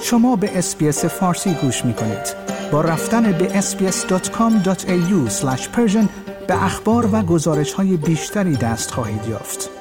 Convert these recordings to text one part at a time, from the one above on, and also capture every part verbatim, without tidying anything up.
شما به اس‌بی‌اس فارسی گوش می‌کنید. با رفتن به اس بی اس دات کام دات ای یو اسلش پرشن به اخبار و گزارش‌های بیشتری دست خواهید یافت.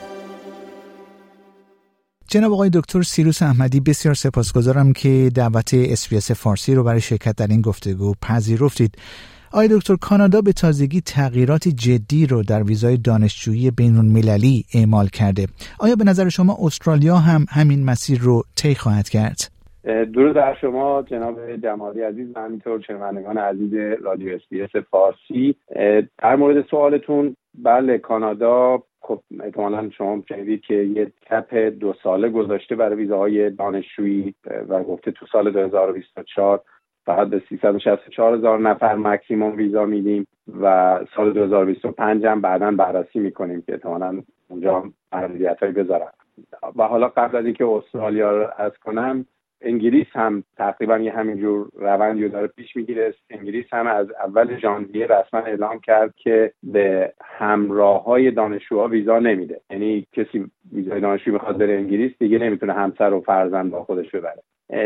جناب آقای دکتر سیروس احمدی، بسیار سپاسگزارم که دعوت اس بی اس فارسی رو برای شرکت در این گفتگو پذیرفتید. آقای دکتر، کانادا به تازگی تغییرات جدی رو در ویزای دانشجویی بین‌المللی اعمال کرده. آیا به نظر شما استرالیا هم همین مسیر رو طی خواهد کرد؟ درود بر شما جناب جمالی عزیز و همینطور شنوندگان عزیز رادیو اس بی اس فارسی. در مورد سوالتون، بله، کانادا خب احتمالاً شما شنیدید که یه کپ دو ساله گذاشته برای ویزاهای دانشجویی و گفته تو سال دو هزار و بیست و چهار فقط به سیصد و شصت و چهار هزار نفر مکسیموم ویزا میدیم و سال دو هزار و بیست و پنج هم بعداً بررسی میکنیم که احتمالاً اونجا محدودیت‌هایی بذارن. و حالا قبل از اینکه استرالیا رو عرض کنم، انگلیس هم تقریبا یه همینجور روندی رو داره پیش میگیره. انگلیس هم از اول ژانویه رسما اعلام کرد که به همراه‌های دانشجوها ویزا نمیده. یعنی کسی ویزای دانشجویی بخواد بره انگلیس دیگه نمیتونه همسر و فرزند با خودش ببره.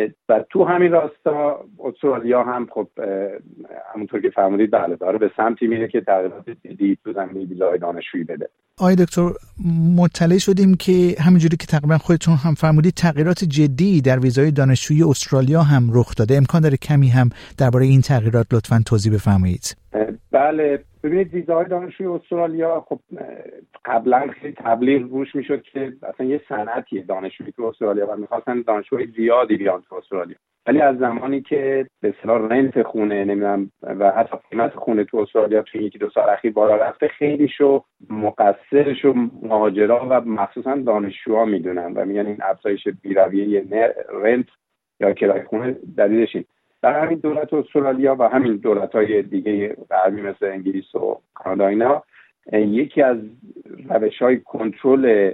و تو همین راستا استرالیا هم خب همونطور که فرمودید بله داره به سمتی میره که تغییرات جدی تو زمینه ویزای دانشجویی بده. آقای دکتر، مطلع شدیم که همینجوری که تقریبا خودتون هم فرمودید تغییرات جدی در ویزای دانشجویی استرالیا هم رخ داده. امکان داره کمی هم درباره این تغییرات لطفاً توضیح بفرمایید؟ بله، ببینید ویزای دانشجویی استرالیا خب قبلا خیلی تبلیغ روش میشد که اصلا یه صنعتیه دانشجویی تو استرالیا و میخواستن دانشجوی زیادی بیان تو استرالیا. ولی از زمانی که به اصطلاح رنت خونه نمیدونم و حتی قیمت خونه تو استرالیا تو یکی دو سال اخیر بالا رفته، خیلی شو مقصرشو مهاجرا و مخصوصا دانشجوها میدونن و میگن این افزایش بی‌رویه رنت یا کرایه خونه دلیلش این. در همین دولت استرالیا و همین دولت‌های دیگه غربی مثل انگلیس و کانادا اینا یکی از روش‌های کنترل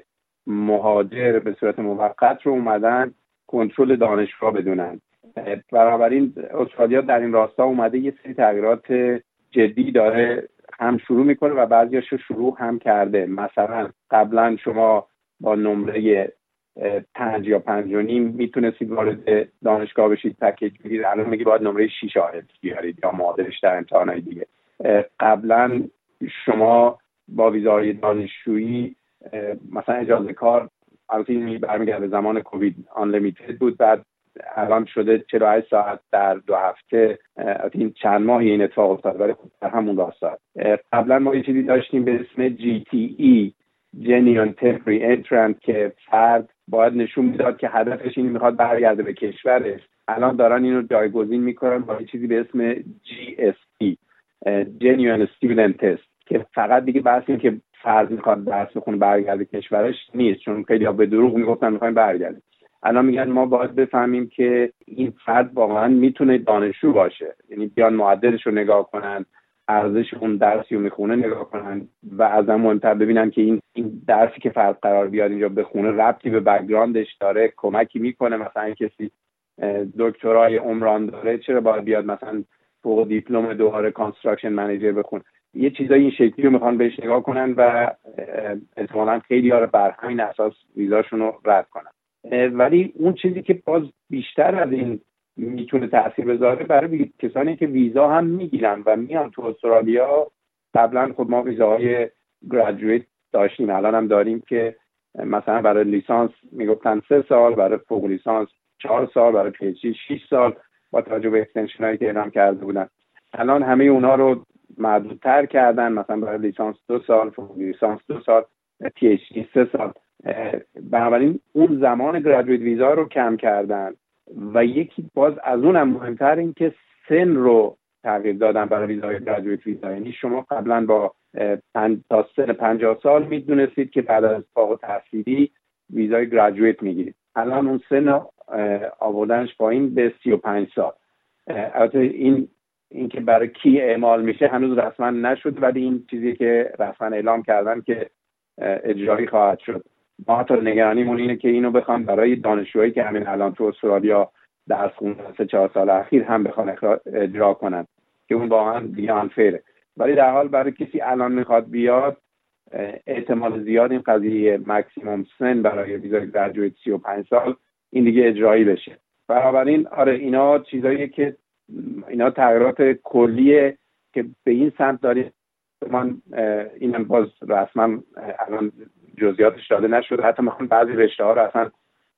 مهاجر به صورت موقت رو اومدن کنترل دانشگاه بدونن. بنابراین استرالیا در این راستا اومده یه سری تغییرات جدی داره هم شروع میکنه و بعضیاشو شروع هم کرده. مثلا قبلا شما با نمره پنج یا پنج و نیم میتونستید وارد دانشگاه بشید، پکیج بگیرید. الان میگه باید نمره شش آیلتس بیارید یا معادلش در امتحانات دیگه. قبلا شما با ویزای دانشجویی مثلا اجازه کار، البته این برمیگرده به زمان کووید، آن لیمیتد بود، بعد الان شده چهل و هشت ساعت در دو هفته. این چند ماهی این اتفاق افتاد، ولی خب در همون راستا قبلا ما یه چیزی داشتیم به اسم جی تی ای Genuine Temporary Entrant که فرد باید نشون میداد که هدفش اینه میخواد برگرده به کشورش. الان دارن اینو جایگزین میکنن با یه چیزی به اسم جی اس تی Genuine Student Test که فقط دیگه بحث این که فرد میخواد درس بخونه برگرده کشورش نیست، چون خیلی ها به دروغ میگفتن میخوایم برگردیم. الان میگن ما باید بفهمیم که این فرد واقعا میتونه دانشجو باشه، یعنی بیان معدلش رو نگاه کنن، ارزش اون درسی رو میخونه نگاه کنن و از هم مهمتر ببینن که این این درسی که فرد قرار بیاد اینجا بخونه ربطی به بک‌گراندش داره، کمکی میکنه. مثلا کسی دکترای عمران داره چرا باید بیاد مثلا فوق دیپلم دوباره کانستراکشن منیجر بخونه؟ یه چیزای این شکلی رو میخوان بهش نگاه کنن و احتمالاً خیلی ها رو بر همین اساس ویزاشون رو رد کنن. ولی اون چیزی که باز بیشتر از این میتونه تاثیر بذاره برای کسانی که ویزا هم میگیرن و میان تو استرالیا. قبلا خود ما ویزاهای گریجویت داشتیم، الان هم داریم که مثلا برای لیسانس میگفتن سه سال، برای فوق لیسانس چهار سال، برای پی اچ دی شش سال با توجه به اکستنشن هایی که اعلام کرده بودن. الان همه اونها رو محدودتر کردن، مثلا برای لیسانس دو سال، فوق لیسانس دو سال، پی اچ دی سه سال. بنابراین اون زمان گریجویت ویزا رو کم کردن و یکی باز از اونم مهمتر این که سن رو تغییر دادن برای ویزای گریجویت ویزا. یعنی شما قبلا با پنج تا سن پنجاه سال میدونستید که بعد از فارغ التحصیلی ویزای گریجویت میگیرید. الان اون سن آوردنش پایین به سی و پنج سال. البته این این که برای کی اعمال میشه هنوز رسما نشد، ولی این چیزی که رسما اعلام کردن که اجرایی خواهد شد. ما حتی نگرانیمون اینه که اینو بخوان برای دانشجوهایی که همین الان تو استرالیا درس خوندن سه چهار سال اخیر هم بخوان اجرا کنن که اون واقعا دیگه آنفیره. ولی در حال برای کسی الان میخواد بیاد، احتمال زیاد این قضیه مکسیموم سن برای ویزای گریجویت سی و پنج سال این دیگه اجرایی بشه. بنابراین آره اینا چیزاییه که اینا تغییرات کلیه که به این سمت داریم. من اینم باز رسما الان جزئیاتش داده نشده، حتی میخوان بعضی رشته ها رو اصلا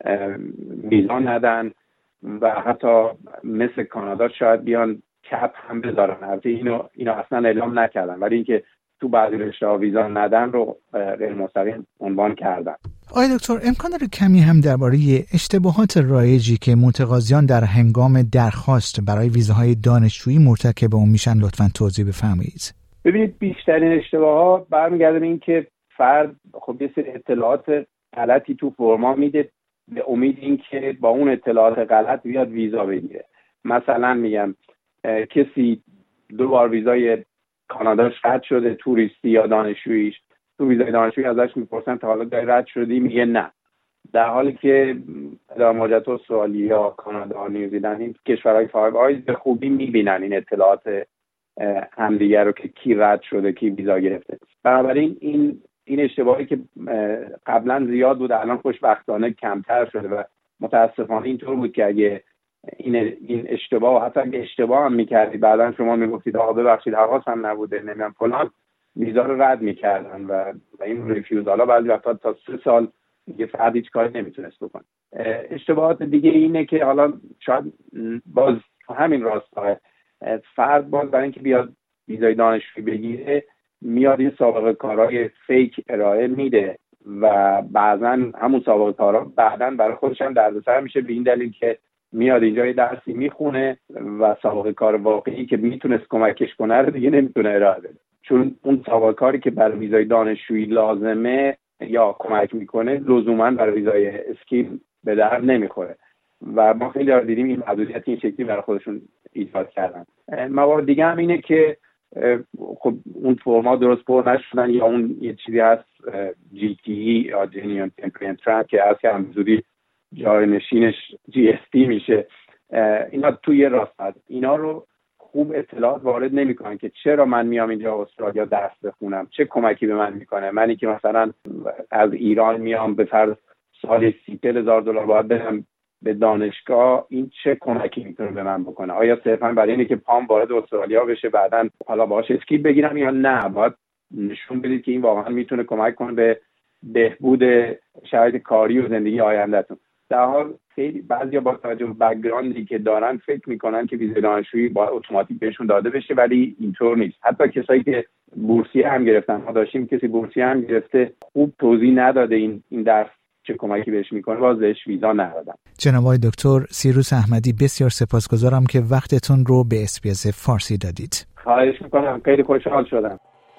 ویزا ندن و حتی مثل کانادا شاید بیان کپ هم بذارن. البته اینو اینا اصلا اعلام نکردن، ولی اینکه تو بعضی رشته ها ویزا ندن رو غیر مستقیم عنوان کردن. آقای دکتر امکان داره کمی هم درباره اشتباهات رایجی که متقاضیان در هنگام درخواست برای ویزاهای دانشجویی مرتکب اون میشن لطفاً توضیح بفرمایید؟ ببینید بیشترین اشتباهات برمیگرده به این که فرد خب یه سری اطلاعات غلطی تو فرما میده به امید اینکه با اون اطلاعات غلط بیاد ویزا بگیره. مثلا میگم کسی دو بار ویزای کاناداش رد شده، توریستی یا دانشجوییش، تو ویزای دانشجویی ازش میپرسن تا حالا جای رد شدی، میگه نه، در حالی که در مواجهات استرالیا، کانادا، نیوزیلند این کشورهای فایو آیز به خوبی میبینن این اطلاعات همدیگر رو که کی رد شده، کی ویزا گرفته. بنابراین این این اشتباهی که قبلا زیاد بود الان خوشبختانه کمتر شده و متاسفانه اینطور بود که اگه این این اشتباه حتی اگه اشتباه هم می‌کردی بعداً شما میگفتید آقا ببخشید حواسم نبوده نمیدونم فلان، ویزا رو رد می‌کردن و, و این ریفیوزالا بعضی وقتا تا سه سال دیگه فرد هیچ کاری نمیتونست بکنه. اشتباهات دیگه اینه که حالا شاید باز همین راستا فرد باز برای اینکه بیاد ویزای دانشجویی بگیره میاد این سابقه کارهای فیک ارائه میده و بعضا همون سابقه کارها بعداً برای خودش هم دردسر میشه به این دلیل که میاد اینجا یه درسی میخونه و سابقه کار واقعی که میتونست کمکش کنه رو دیگه نمیتونه ارائه بده، چون اون سابقه کاری که برای ویزای دانشجویی لازمه یا کمک میکنه لزوما برای ویزای اسکیل به درد نمیخوره و ما خیلی دار دیدیم این محدودیت این شکلی برای خودشون ایجاد کردن. موارد دیگه هم اینه که خب اون فرما درست پر نشدن یا اون یه چیزی هست جی تی ای یا جنیون تمپرین ترک که از که هم زودی جای نشینش جی اس تی میشه. اینا توی راست هست. اینا رو خوب اطلاعات وارد نمیکنن که چرا من میام اینجا استرالیا درس بخونم، چه کمکی به من میکنه. منی که مثلا از ایران میام به فرض سال سی هزار دلار باید برم به دانشگاه، این چه کمکی میتونه به من بکنه؟ آیا صرفا برای اینه که پام وارد استرالیا بشه بعداً حالا باهاش اسکیل بگیرم یا نه باید نشون بدید که این واقعا میتونه کمک کنه به بهبود شرایط کاری و زندگی آیندهتون. در حال خیلی بعضیا با توجه به بک‌گراندی که دارن فکر میکنن که ویزای دانشجویی باید اتوماتیک بهشون داده بشه، ولی اینطور نیست. حتی کسایی که بورسیه هم گرفتن، ما داشتیم کسی بورسیه هم گرفته خوب توضیح نداده این این درس چه کمکی بهش میکنه، باز بهش ویزا ندادن. جناب آقای دکتر سیروس احمدی بسیار سپاسگزارم که وقتتون رو به اس بی اس فارسی دادید. خواهش میکنم، خیلی خوشحال شدم.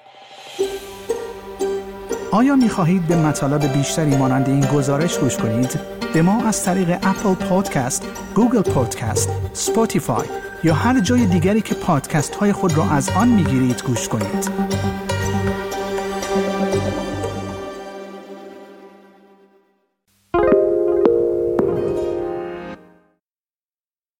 آیا می‌خواهید به مطالب بیشتری مانند این گزارش گوش کنید؟ به ما از طریق اپل پادکست، گوگل پادکست، اسپاتیفای یا هر جای دیگری که پادکست های خود را از آن می‌گیرید گوش کنید.